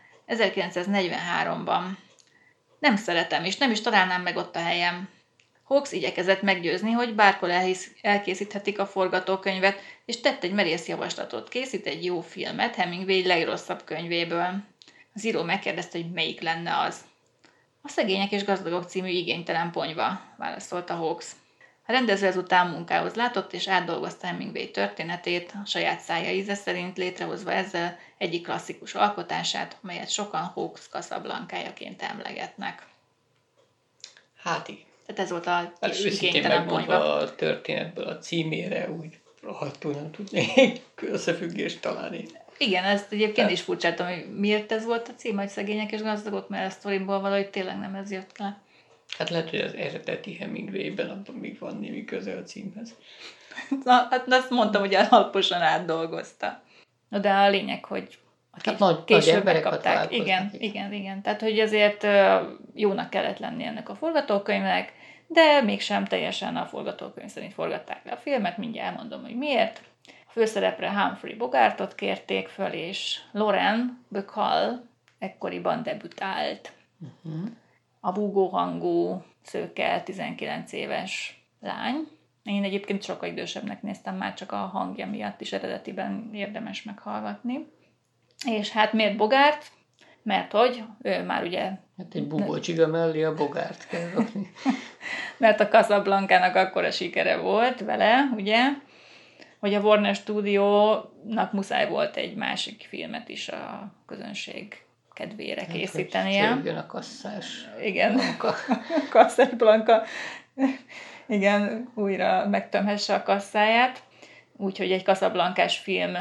1943-ban. Nem szeretem, és nem is találnám meg ott a helyem. Hawkes igyekezett meggyőzni, hogy bárhol elkészíthetik a forgatókönyvet, és tett egy merész javaslatot, készít egy jó filmet Hemingway legrosszabb könyvéből. Az író megkérdezte, hogy melyik lenne az. A Szegények és gazdagok című igénytelen ponyva, válaszolta Hawkes. A rendező ezután munkához látott, és átdolgozta Hemingway történetét, a saját szája íze szerint létrehozva ezzel egyik klasszikus alkotását, amelyet sokan Hawkes Casablanca-jaként emlegetnek. Hát igen. Tehát ez volt a kis igénytelen ponyva. A történetből a címére úgy rohadtul nem tudnék összefüggést találni. Igen, ezt egyébként is furcsáltam, hogy miért ez volt a cím, hogy Szegények és gazdagok, mert a sztorimból valahogy tényleg nem ez jött le. Hát lehet, hogy az eredeti Hemingway-ben abban még van némi köze a címhez. Na, hát azt mondtam, hogy alaposan átdolgozta. No, de a lényeg, hogy később megkapták. Igen. Tehát, hogy azért jónak kellett lenni ennek a forgatókönyvnek, de mégsem teljesen a forgatókönyv szerint forgatták le a filmet, mindjárt elmondom, hogy miért. A főszerepre Humphrey Bogartot kérték föl, és Lauren Bacall ekkoriban debütált. A búgó-hangú, szőke, 19 éves lány. Én egyébként sokkal idősebbnek néztem, már csak a hangja miatt is eredetiben érdemes meghallgatni. És hát miért Bogart? Mert hogy ő már ugye... Hát egy bubócsiga mellé a Bogart kell rakni. Mert a Casablanca-nak akkora sikere volt vele, ugye, hogy a Warner Studio-nak muszáj volt egy másik filmet is a közönség kedvére készítenie. Hát, hogy a kasszás igen, Blanka. Kasszás Blanka. Igen, újra megtömhesse a kasszáját. Úgyhogy egy Casablancás film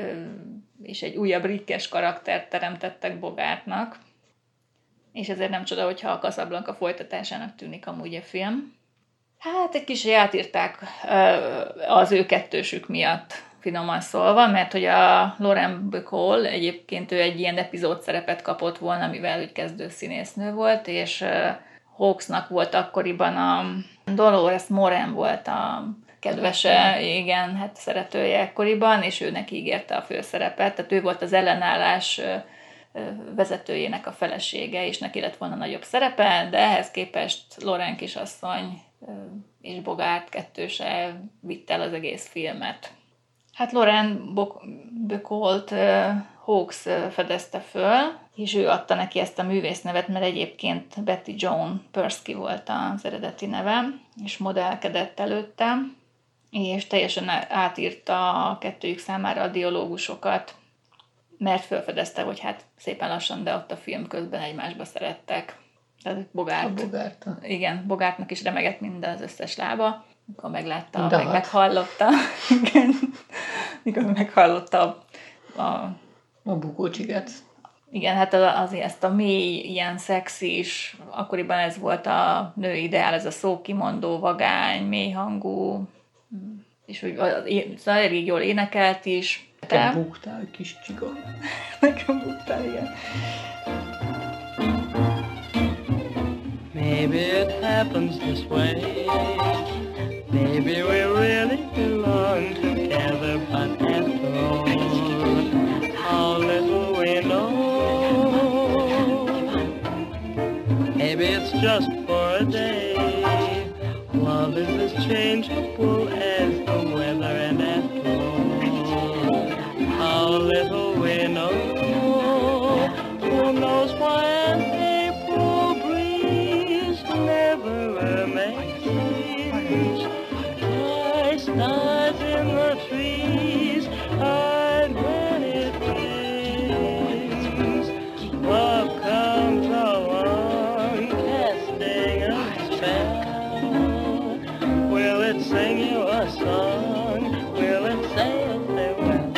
és egy újabb rikkes karaktert teremtettek Bogartnak. És ezért nem csoda, hogyha a Casablanca folytatásának tűnik amúgy a film. Hát egy kicsit átírták az ő kettősük miatt, finoman szólva, mert hogy a Lauren Bacall egyébként ő egy ilyen epizód szerepet kapott volna, mivel úgy kezdő színésznő volt, és Hawkesnak volt akkoriban a Dolores Moran volt a kedvese, igen, hát szeretője ekkoriban, és ő neki ígérte a főszerepet, tehát ő volt az ellenállás vezetőjének a felesége, és neki lett volna nagyobb szerepe, de ehhez képest Lauren kisasszony és Bogart kettőse vitte el az egész filmet. Hát Lauren Bacall-t Hawkes fedezte föl, és ő adta neki ezt a művésznevet, mert egyébként Betty Joan Persky volt az eredeti neve, és modellkedett előtte, és teljesen átírta a kettőjük számára a dialógusokat, mert felfedezte, hogy hát szépen lassan, de ott a film közben egymásba szerettek. Tehát Bogart. Igen, Bogartnak is remegett minden az összes lába, amikor meglátta, meghallotta. Igen, mikor meghallotta a bukócsigát. Igen, hát ezt a mély, ilyen szexis, akkoriban ez volt a nő ideál, ez a szókimondó, vagány, mélyhangú, és úgy szóval elég jól énekelt is. Nekem buktál, kis csiga. Nekem buktál, igen. Maybe it happens this way. Maybe we really belong together, but after all, how little we know. Maybe it's just for a day. Love is as changeable as the weather, and after all, how little we know. Who knows why an April breeze never makes sense? Why stars in the trees hide when it rains? Love comes along, casting a spell. Will it sing you a song? Will it say a farewell?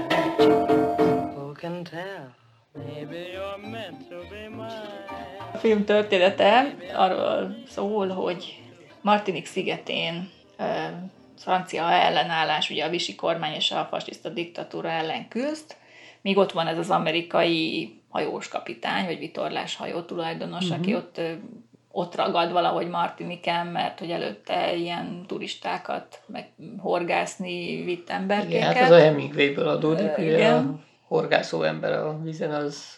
Who can tell? Maybe you're meant to be mine. A film története arról szól, hogy Martinique szigetén francia ellenállás, ugye a Vichy kormány és a fasiszta diktatúra ellen küzd, míg ott van ez az amerikai hajós kapitány, vagy vitorláshajó tulajdonos, aki ott ragad valahogy Martiniken, mert hogy előtte ilyen turistákat meg horgászni vitt emberkéket. Igen, hát ez a Hemingwayből adódik, ugye a horgászó ember a vízen az...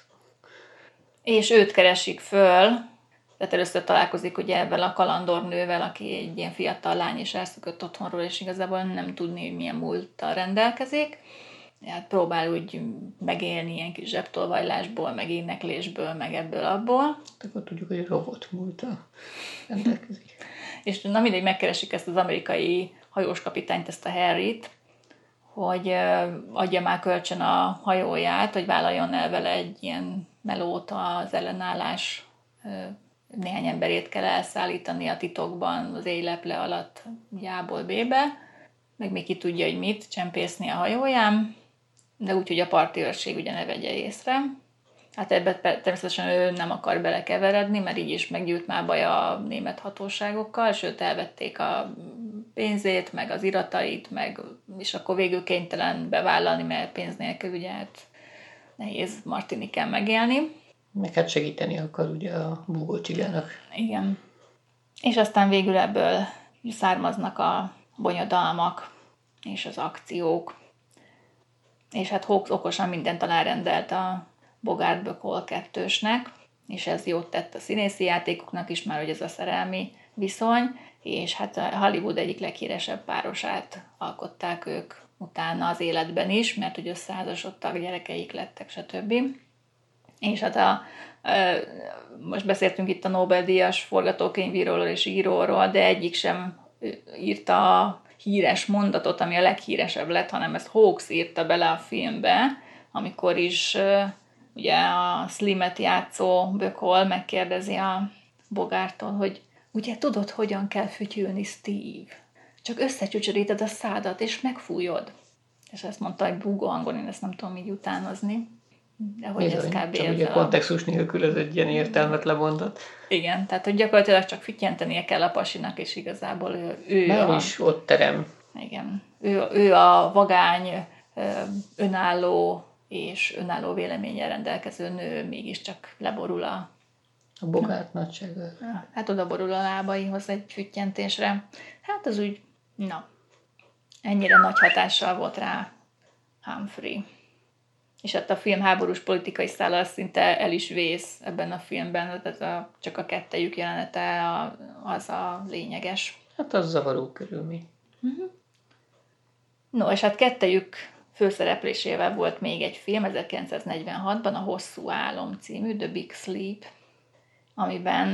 És őt keresik föl, tehát először találkozik ugye ebben a kalandornővel, aki egy ilyen fiatal lány, és elszökött otthonról, és igazából nem tudni, hogy milyen múlttal rendelkezik. Hát próbál úgy megélni ilyen kis zsebtolvajlásból, meg éneklésből, meg ebből-abból. Akkor tudjuk, hogy robot múlttal rendelkezik. És na mindegy, megkeresik ezt az amerikai hajós kapitányt, ezt a Harryt, hogy adja már kölcsön a hajóját, hogy vállaljon el vele egy ilyen melót az ellenállás. Néhány emberét kell elszállítani a titokban az éjleple alatt A-ból B-be, meg még ki tudja, hogy mit csempészni a hajóján, de úgy, hogy a parti őrség ugye ne vegye észre. Hát ebben természetesen ő nem akar belekeveredni, mert így is meggyűlt már baj a német hatóságokkal, sőt elvették a pénzét, meg az iratait, és akkor végül kénytelen bevállalni, mert pénz nélkül ugye hát nehéz Martiniken megélni. Meg hát segíteni akar ugye a búgócsigának. Igen. És aztán végül ebből származnak a bonyodalmak és az akciók. És hát Hawkes okosan mindent alárendelt a Bogart Bacall kettősnek, és ez jót tett a színészi játékoknak is, már hogy ez a szerelmi viszony, és hát a Hollywood egyik leghíresebb párosát alkották ők utána az életben is, mert hogy összeházasodtak, gyerekeik lettek, stb. És hát most beszéltünk itt a Nobel-díjas forgatókönyvíróról és íróról, de egyik sem írta a híres mondatot, ami a leghíresebb lett, hanem ezt Hawkes írta bele a filmbe, amikor is ugye a Slimet játszó Bacall megkérdezi a Bogarttól, hogy ugye tudod, hogyan kell fütyülni, Steve? Csak összecsücsöríted a szádat, és megfújod. És ezt mondta egy búgó hangon, én ezt nem tudom így utánozni. De hogy ez kb. Csak ugye kontextus nélkül ez egy ilyen értelmetlen mondat. Igen, tehát hogy gyakorlatilag csak füttyentenie kell a pasinak, és igazából ő már is ott terem. Igen. Ő a vagány, önálló és önálló véleménnyel rendelkező nő mégiscsak leborul a Bogart nagysága. Hát oda borul a lábaihoz egy füttyentésre. Hát az úgy, ennyire nagy hatással volt rá Humphrey. és hát a film háborús politikai szállal szinte el is vész ebben a filmben, tehát csak a kettejük jelenete az a lényeges. Hát az zavaró körülmény. No, és hát kettejük főszereplésével volt még egy film 1946-ban, a Hosszú Álom című, The Big Sleep, amiben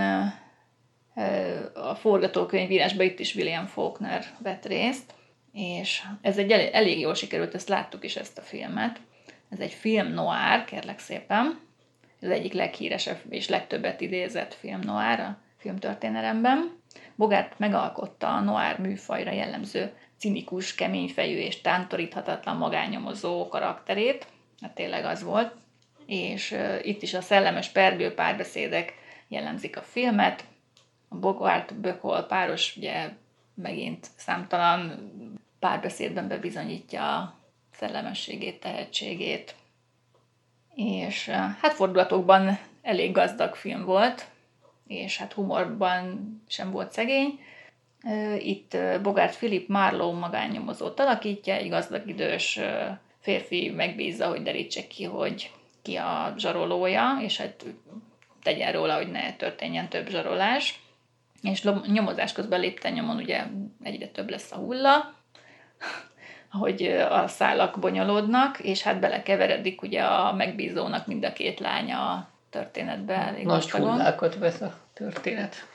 a forgatókönyvírásban itt is William Faulkner vett részt, és ez egy elég jól sikerült, ezt láttuk is ezt a filmet. Ez egy film noir, kérlek szépen. Ez egyik leghíresebb és legtöbbet idézett film noir a filmtörténelemben. Bogart megalkotta a noir műfajra jellemző cinikus, keményfejű és tántoríthatatlan magánnyomozó karakterét. Hát tényleg az volt. És itt is a szellemes pergő párbeszédek jellemzik a filmet. A Bogart-Bacall páros ugye megint számtalan párbeszédben bebizonyítja a szellemességét, tehetségét. És hát fordulatokban elég gazdag film volt, és hát humorban sem volt szegény. Itt Bogart Philip Marlowe magánnyomozót alakítja, egy gazdag idős férfi megbízza, hogy derítse ki, hogy ki a zsarolója, és hát tegyen róla, hogy ne történjen több zsarolás. És nyomozás közben lépten nyomon ugye egyre több lesz a hulla, ahogy a szálak bonyolódnak, és hát belekeveredik ugye a megbízónak mind a két lánya a történetbe. Nagy hullákat vesz a történet.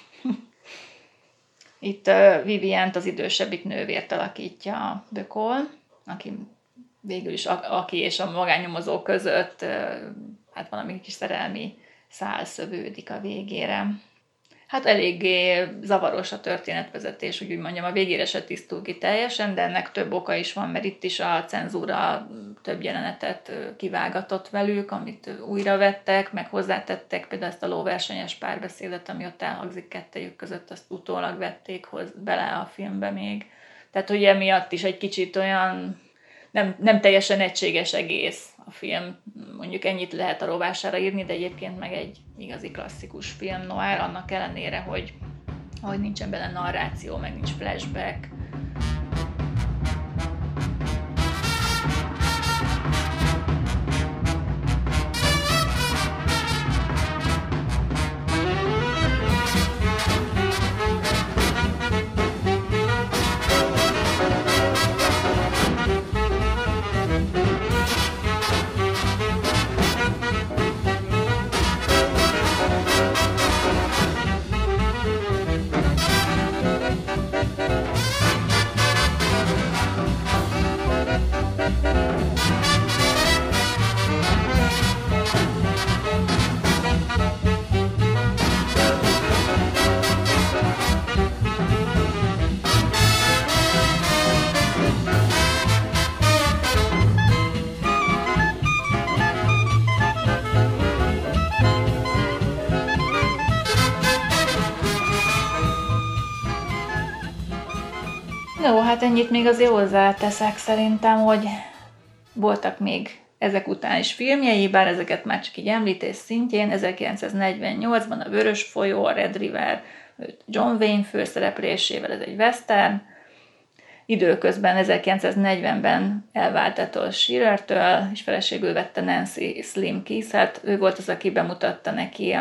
Itt Vivient, az idősebbik nővért alakítja Bacall, aki végül is aki és a magánnyomozó között hát valami kis szerelmi szál szövődik a végére. Hát eléggé zavaros a történetvezetés, úgy mondjam, a végére se tisztul ki teljesen, de ennek több oka is van, mert itt is a cenzúra több jelenetet kivágatott velük, amit újra vettek, meg hozzátettek, például ezt a lóversenyes párbeszédet, ami ott elhangzik kettejük között, azt utólag vették bele a filmbe még. Tehát, hogy emiatt is egy kicsit olyan nem teljesen egységes egész a film. Mondjuk ennyit lehet a rovására írni, de egyébként meg egy igazi klasszikus film noir, annak ellenére, hogy nincsen benne narráció, meg nincs flashback. Jó, hát ennyit még azért hozzáteszek szerintem, hogy voltak még ezek után is filmjei, bár ezeket már csak így említés szintjén. 1948-ban a Vörös folyó, a Red River, John Wayne főszereplésével, ez egy western. Időközben 1940-ben elvált ettől Shearertől, és feleségül vette Nancy Slim Keith-et. Ő volt az, aki bemutatta neki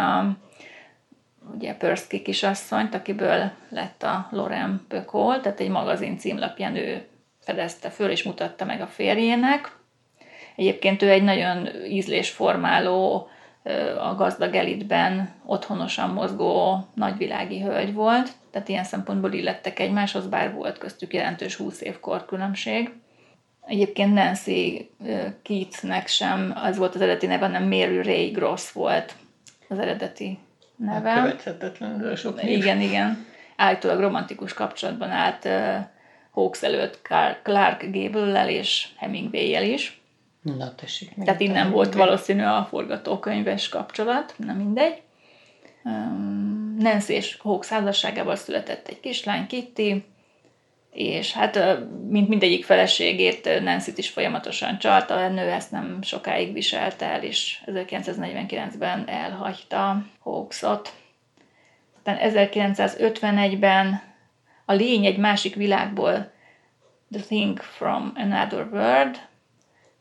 ugye Persky kisasszonyt, akiből lett a Lauren Bacall, tehát egy magazin címlapján ő fedezte föl és mutatta meg a férjének. Egyébként ő egy nagyon ízlésformáló, a gazdag elitben otthonosan mozgó nagyvilági hölgy volt, tehát ilyen szempontból illettek egymáshoz, bár volt köztük jelentős 20 év korkülönbség. Egyébként Nancy Keithnek sem az volt az eredeti neve, hanem Mary Ray Gross volt az eredeti neve. Követhetetlenül sok név. Igen. Állítólag romantikus kapcsolatban állt Hawkes előtt Clark Gable-lel és Hemingway-jel is. Na, tessék. Tehát innen volt valószínű a forgatókönyves kapcsolat, nem mindegy. Nancy és Hawkes házasságával született egy kislány, Kitty, és hát mint mindegyik feleségét Nancy-t is folyamatosan csalta, a nő ezt nem sokáig viselte el, és 1949-ben elhagyta Hawkesot. Aztán 1951-ben A lény egy másik világból, The Thing from Another World,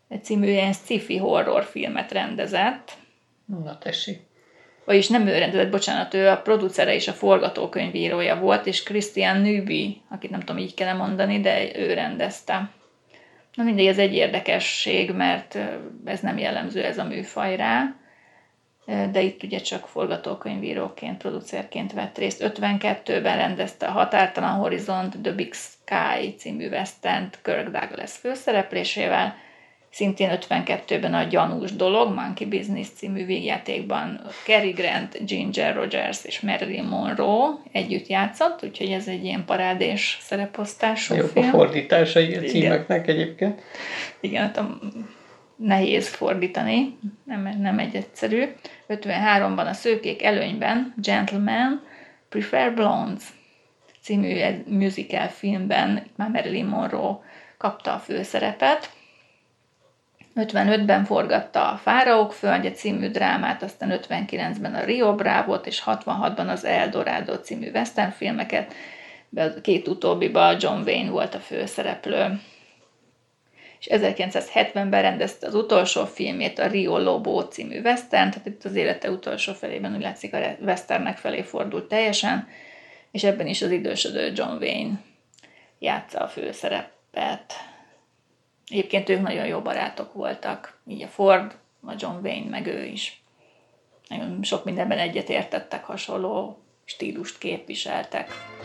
című ilyen sci-fi horror filmet rendezett. Na tessék. Vagyis nem ő rendezett, bocsánat, ő a producere és a forgatókönyvírója volt, és Christian Nüby, akit nem tudom, így kell mondani, de ő rendezte. Na mindegy, ez egy érdekesség, mert ez nem jellemző ez a műfaj rá, de itt ugye csak forgatókönyvíróként, producerként vett részt. 52-ben rendezte a Határtalan Horizont, The Big Sky című westernt Kirk Douglas főszereplésével, szintén 52-ben a Gyanús dolog, Monkey Business című vígjátékban Cary Grant, Ginger Rogers és Marilyn Monroe együtt játszott, úgyhogy ez egy ilyen parádés szereposztású Jobb film. a fordításai a címeknek egyébként. Igen, hát nehéz fordítani, nem egy egyszerű. 53-ban a Szőkék előnyben Gentlemen Prefer Blondes című musical filmben, itt már Marilyn Monroe kapta a főszerepet. 55-ben forgatta a Fáraók földje című drámát, aztán 59-ben a Rio Bravo-t, és 66-ban az El Dorado című western filmeket. A két utóbbiban John Wayne volt a főszereplő. És 1970-ben rendezte az utolsó filmjét, a Rio Lobo című western, tehát itt az élete utolsó felében úgy látszik a westernnek felé fordult teljesen, és ebben is az idősödő John Wayne játsza a főszerepet. Egyébként ők nagyon jó barátok voltak, így a Ford, a John Wayne, meg ő is. Nagyon sok mindenben egyetértettek, hasonló stílust képviseltek.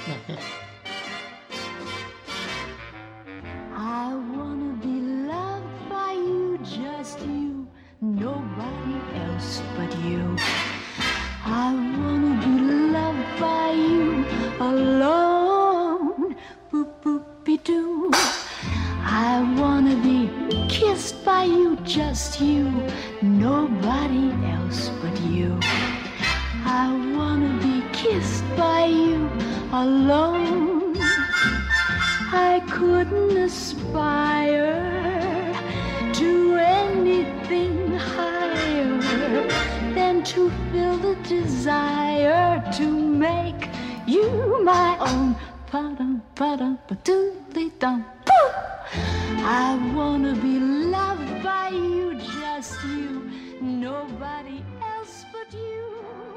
I wanna be loved by you, just you, nobody else but you. I wanna be loved by you alone, boop-boop-be-doo. I wanna be kissed by you, just you, nobody else but you. I wanna be kissed by you alone. I couldn't aspire to anything higher than to feel the desire to make you my own. Pa-dum-pa-dum-pa-doodly-dum. I wanna be loved by you, just you, nobody else but you.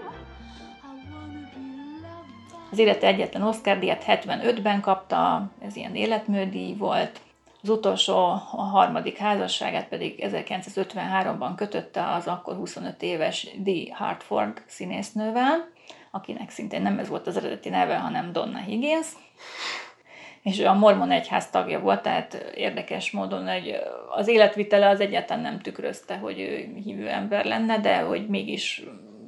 I wanna be loved by... Az élete egyetlen Oscar-díjat 75-ben kapta, ez ilyen életműdíj volt. Az utolsó, a harmadik házasságát pedig 1953-ban kötötte az akkor 25 éves Dee Hartford színésznővel, akinek szintén nem ez volt az eredeti neve, hanem Donna Higgins. És ő a mormon egyház tagja volt, tehát érdekes módon, hogy az életvitele az egyáltalán nem tükrözte, hogy ő hívő ember lenne, de hogy mégis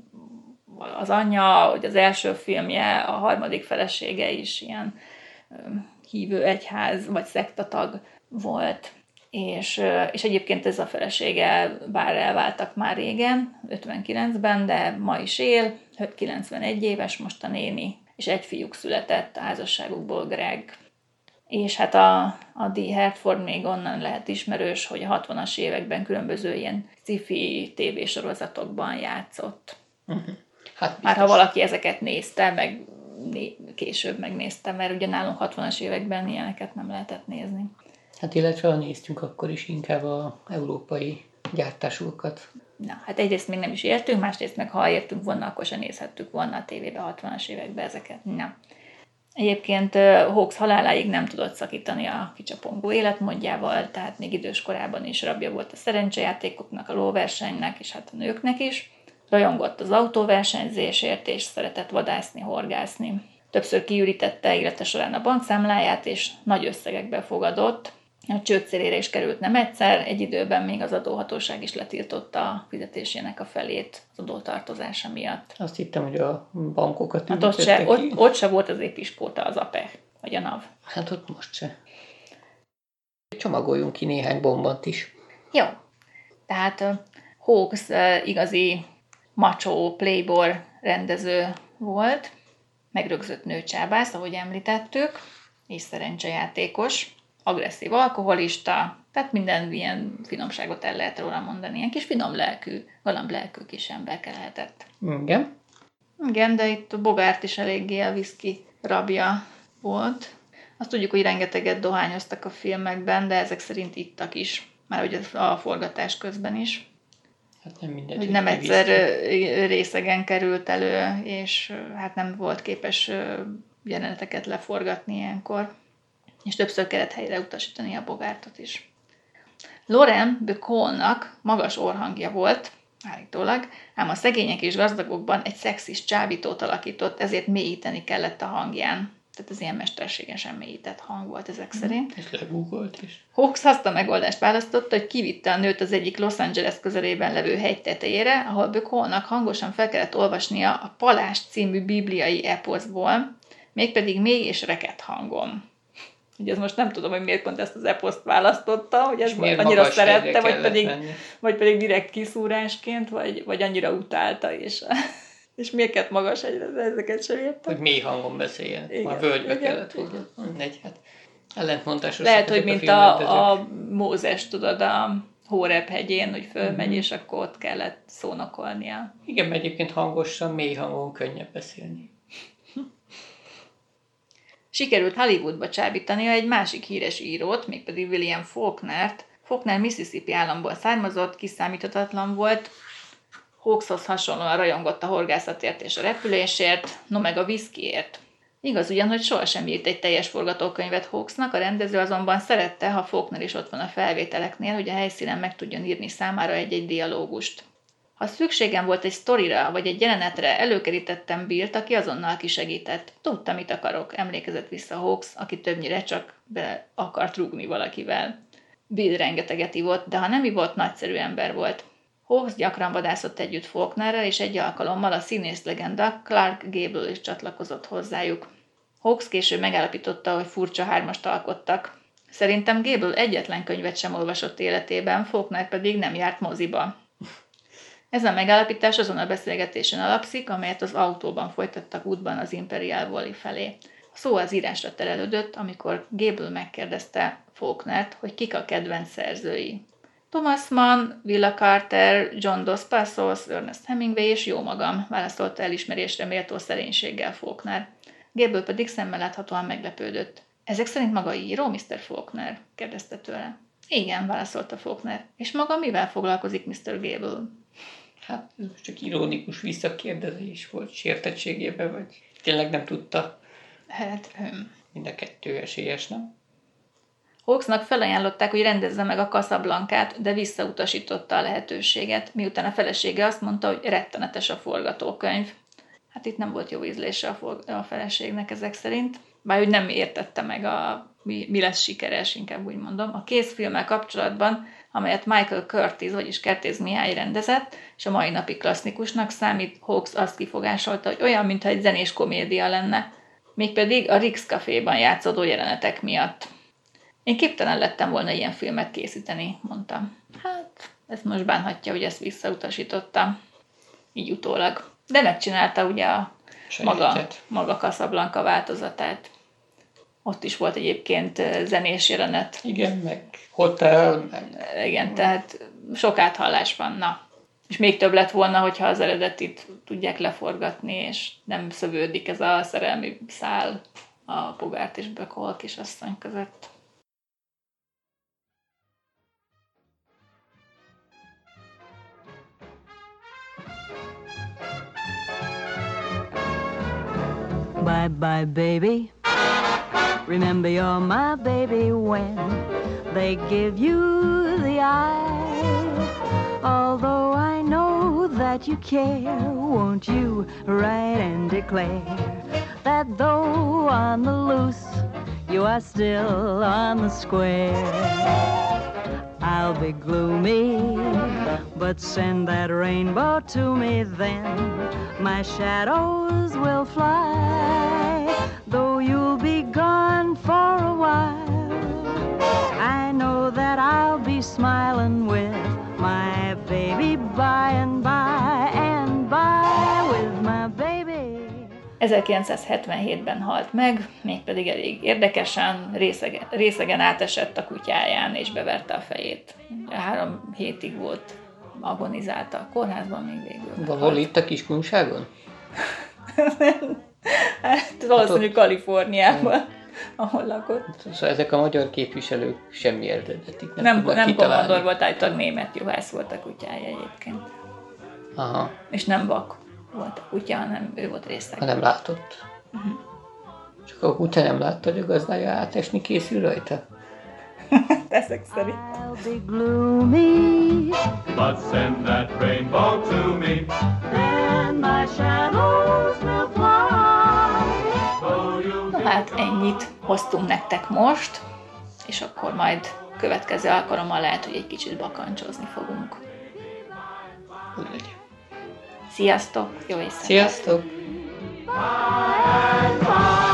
az anyja, hogy az első filmje, a harmadik felesége is ilyen hívő egyház vagy szektatag volt. És egyébként ez a felesége, bár elváltak már régen, 59-ben, de ma is él, 91 éves most a néni, és egy fiúk született a házasságukból, Greg. És hát a Dee Hartford még onnan lehet ismerős, hogy a 60-as években különböző ilyen sci-fi tévésorozatokban játszott. Hát már ha valaki ezeket nézte, meg később megnézte, mert ugye nálunk 60-as években ilyeneket nem lehetett nézni. Hát illetve ha néztünk, akkor is inkább az európai gyártásúkat. Na, hát egyrészt még nem is értünk, másrészt meg ha értünk volna, akkor sem nézhettük volna a tévébe 60-as években ezeket. Na. Egyébként Hawks haláláig nem tudott szakítani a kicsapongó életmódjával, tehát még idős korában is rabja volt a szerencsejátékoknak, a lóversenynek, és hát a nőknek is. Rajongott az autóversenyzésért, és szeretett vadászni, horgászni. Többször kiürítette élete során a bankszámláját, és nagy összegekbe fogadott. A csőd szélére is került nem egyszer, egy időben még az adóhatóság is letiltotta a fizetésének a felét az adótartozása miatt. Azt hittem, hogy a bankokat hát ott se volt az épiskóta, az APE, vagy a NAV. Hát ott most se. Csomagoljunk ki néhány bombant is. Jó. Tehát Hawks igazi macho playboy rendező volt, megrögzött nőcsábász, ahogy említettük, és szerencsejátékos, agresszív alkoholista, tehát minden ilyen finomságot el lehet róla mondani. Ilyen kis finom lelkű, galamblelkű kis emberke lehetett. Igen. Igen, de itt Bogart is eléggé a whisky rabja volt. Azt tudjuk, hogy rengeteget dohányoztak a filmekben, de ezek szerint ittak is. már ugye a forgatás közben is. Hát nem mindegy. Hogy nem egyszer részegen került elő, és hát nem volt képes jeleneteket leforgatni ilyenkor. És többször kellett helyre utasítani a Bogartot is. Lauren Bacallnak magas orrhangja volt, állítólag, ám a szegények és gazdagokban egy szexis csábítót alakított, ezért mélyíteni kellett a hangján. Tehát ez ilyen mesterségesen mélyített hang volt ezek szerint. És legúgolt is. Hawks azt a megoldást választotta, hogy kivitte a nőt az egyik Los Angeles közelében levő hegy tetejére, ahol Bacallnak hangosan fel kellett olvasnia a Palás című bibliai eposzból, mégpedig mély és reket hangon. Ugye ez most nem tudom, hogy miért pont ezt az eposzt választotta, hogy ez annyira szerette, vagy pedig direkt kiszúrásként, vagy annyira utálta, és miért magas egyre, ezeket sem értem. Hogy mély hangon beszéljen. Igen, már völgybe kellett volna. Mindegy, hát ellentmondásos. Lehet, hogy mint a Mózes, tudod, a Hóreb hegyén, hogy fölmegy, és akkor ott kellett szónokolnia. Igen, mert egyébként hangosan, mély hangon könnyebb beszélni. Sikerült Hollywoodba csábítania egy másik híres írót, mégpedig William Faulknert. Faulkner Mississippi államból származott, kiszámíthatatlan volt, Hawkshoz hasonlóan rajongott a horgászatért és a repülésért, no meg a viszkiért. Igaz ugyan, hogy sohasem írt egy teljes forgatókönyvet Hawksnak, a rendező azonban szerette, ha Faulkner is ott van a felvételeknél, hogy a helyszínen meg tudjon írni számára egy-egy dialógust. Ha szükségem volt egy sztorira vagy egy jelenetre, előkerítettem Billt, aki azonnal kisegített. Tudtam, mit akarok, emlékezett vissza Hawks, aki többnyire csak be akart rúgni valakivel. Bill rengeteget ivott, de ha nem ivott, nagyszerű ember volt. Hawks gyakran vadászott együtt Faulknerrel, és egy alkalommal a színész legenda Clark Gable is csatlakozott hozzájuk. Hawks később megállapította, hogy furcsa hármast alkottak. Szerintem Gable egyetlen könyvet sem olvasott életében, Faulkner pedig nem járt moziba. Ez a megállapítás azon a beszélgetésen alapszik, amelyet az autóban folytattak útban az Imperial Valley felé. A szó az írásra terelődött, amikor Gable megkérdezte Faulknert, hogy kik a kedvenc szerzői. Thomas Mann, Willa Carter, John Dos Passos, Ernest Hemingway és jó magam, válaszolta elismerésre méltó szerénységgel Faulkner. Gable pedig szemmel láthatóan meglepődött. Ezek szerint maga író, Mr. Faulkner? Kérdezte tőle. Igen, válaszolta Faulkner. És maga mivel foglalkozik, Mr. Gable? Hát csak ironikus visszakérdezés volt sértettségében, vagy tényleg nem tudta. Hát, Mind a kettő esélyes, nem? Hawksnak felajánlották, hogy rendezze meg a Casablancát, de visszautasította a lehetőséget, miután a felesége azt mondta, hogy rettenetes a forgatókönyv. Hát itt nem volt jó ízlése a feleségnek ezek szerint, bár hogy nem értette meg, mi lesz sikeres, inkább úgy mondom. A készfilmmel kapcsolatban, amelyet Michael Curtiz, vagyis Kertész Mihály rendezett, és a mai napig klasszikusnak számít, Hawks azt kifogásolta, hogy olyan, mintha egy zenés komédia lenne, mégpedig a Rix Caféban játszódó jelenetek miatt. Én képtelen lettem volna ilyen filmet készíteni, mondtam. Hát, ezt most bánhatja, hogy ezt visszautasította, így utólag. De megcsinálta ugye a maga Casablanca változatát. Ott is volt egyébként zenés jelenet. Igen, meg hotel. Igen, tehát sok áthallás van, na. És még több lett volna, hogyha az eredetit tudják leforgatni, és nem szövődik ez a szerelmi szál a Bogart és Bacall kisasszony között. Bye-bye, baby. Remember you're my baby when they give you the eye. Although I know that you care, won't you write and declare that though on the loose, you are still on the square. I'll be gloomy, but send that rainbow to me then. My shadows will fly, though you'll be gone for a while. I know that I'll be smiling with my baby by and by with my baby. 1977-ben halt meg, mégpedig elég érdekesen, részegen átesett a kutyáján, és beverte a fejét. 3 hétig volt, agonizálta a kórházban, még végül. Valahol itt a Kiskunságon? Hát valószínűleg Kaliforniában. ahol lakott. Szóval ezek a magyar képviselők semmi eredetik. Nem kitalálni. kommandor volt, állítólag német juhász volt a kutyája egyébként. Aha. És nem vak volt a kutya, hanem ő volt részeg. Ha nem látott. Csak a kutya nem látta, hogy a gazdája átesni készül rajta. Ezek szerint. I'll be gloomy, But send that rainbow to me. then my shadows will fly. Oh, you Na hát ennyit hoztunk nektek most, és akkor majd következő alkalommal lehet, hogy egy kicsit bakancsozni fogunk. Úgy legyen. Sziasztok! Jó éjszakát! Sziasztok! Bye and bye.